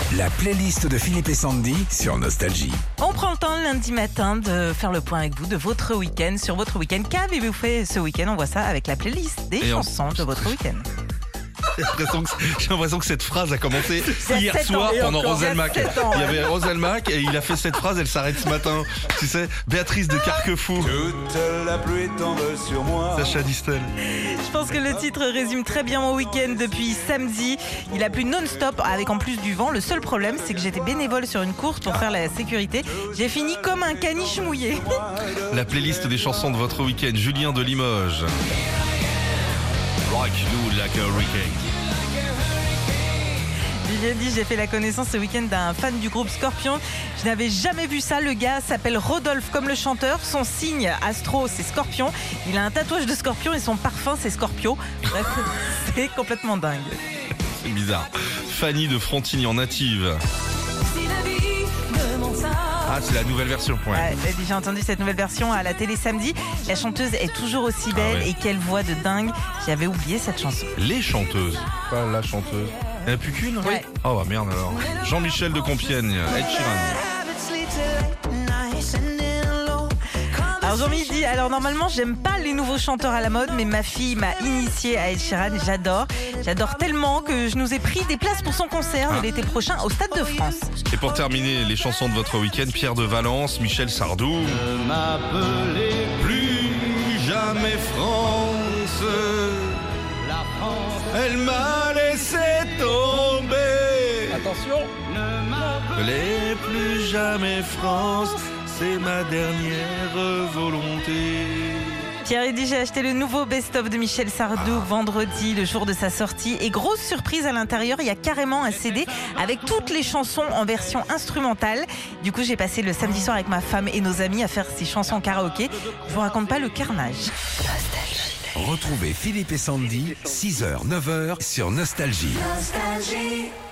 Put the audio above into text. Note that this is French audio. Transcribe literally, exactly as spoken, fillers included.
La playlist de Philippe et Sandy sur Nostalgie. On prend le temps lundi matin de faire le point avec vous de votre week-end, sur votre week-end. Qu'avez-vous fait ce week-end? On voit ça avec la playlist des Et chansons en... de votre week-end. J'ai l'impression que, j'ai l'impression que cette phrase a commencé hier soir ans, pendant encore, Roselmack. il y a sept ans, Il y ouais. avait Roselmack et il a fait cette phrase, elle s'arrête ce matin. Tu sais, Béatrice de Carquefou. Toute la pluie tombe sur moi. Sacha Distel. Je pense que le titre résume très bien mon week-end depuis samedi. Il a plu non-stop avec en plus du vent. Le seul problème, c'est que j'étais bénévole sur une course pour faire la sécurité. J'ai fini comme un caniche mouillé. La playlist des chansons de votre week-end. Julien de Limoges. Rock you like a hurricane. Julien dit, j'ai fait la connaissance ce week-end d'un fan du groupe Scorpion. Je n'avais jamais vu ça. Le gars s'appelle Rodolphe comme le chanteur. Son signe astro, c'est Scorpion. Il a un tatouage de Scorpion et son parfum, c'est Scorpio. Bref, c'est complètement dingue. C'est bizarre. Fanny de Frontigny en native. Ah, c'est la nouvelle version. Ouais. Ouais, elle dit, j'ai entendu cette nouvelle version à la télé samedi. La chanteuse est toujours aussi belle Ah ouais. et quelle voix de dingue. J'avais oublié cette chanson. Les chanteuses. Pas la chanteuse. Il n'y en a plus qu'une? Ouais. Oh bah merde alors. Jean-Michel de Compiègne, Ed Sheeran. Alors Jean-Mi dit, alors normalement j'aime pas les nouveaux chanteurs à la mode, mais ma fille m'a initiée à Ed Sheeran, j'adore. J'adore tellement que je nous ai pris des places pour son concert Ah. l'été prochain au Stade de France. Et pour terminer les chansons de votre week-end, Pierre de Valence, Michel Sardou. Ne m'appelez Plus jamais France. la France. Elle m'a laissé tomber. Attention. Ne m'appelez Les plus jamais France, c'est ma dernière volonté. Pierre dit, j'ai acheté le nouveau best-of de Michel Sardou vendredi, le jour de sa sortie. Et grosse surprise à l'intérieur, il y a carrément un C D avec toutes les chansons en version instrumentale. Du coup, j'ai passé le samedi soir avec ma femme et nos amis à faire ces chansons karaoké. Je vous raconte pas le carnage. Retrouvez Philippe et Sandy, six heures neuf heures sur Nostalgie. Nostalgie.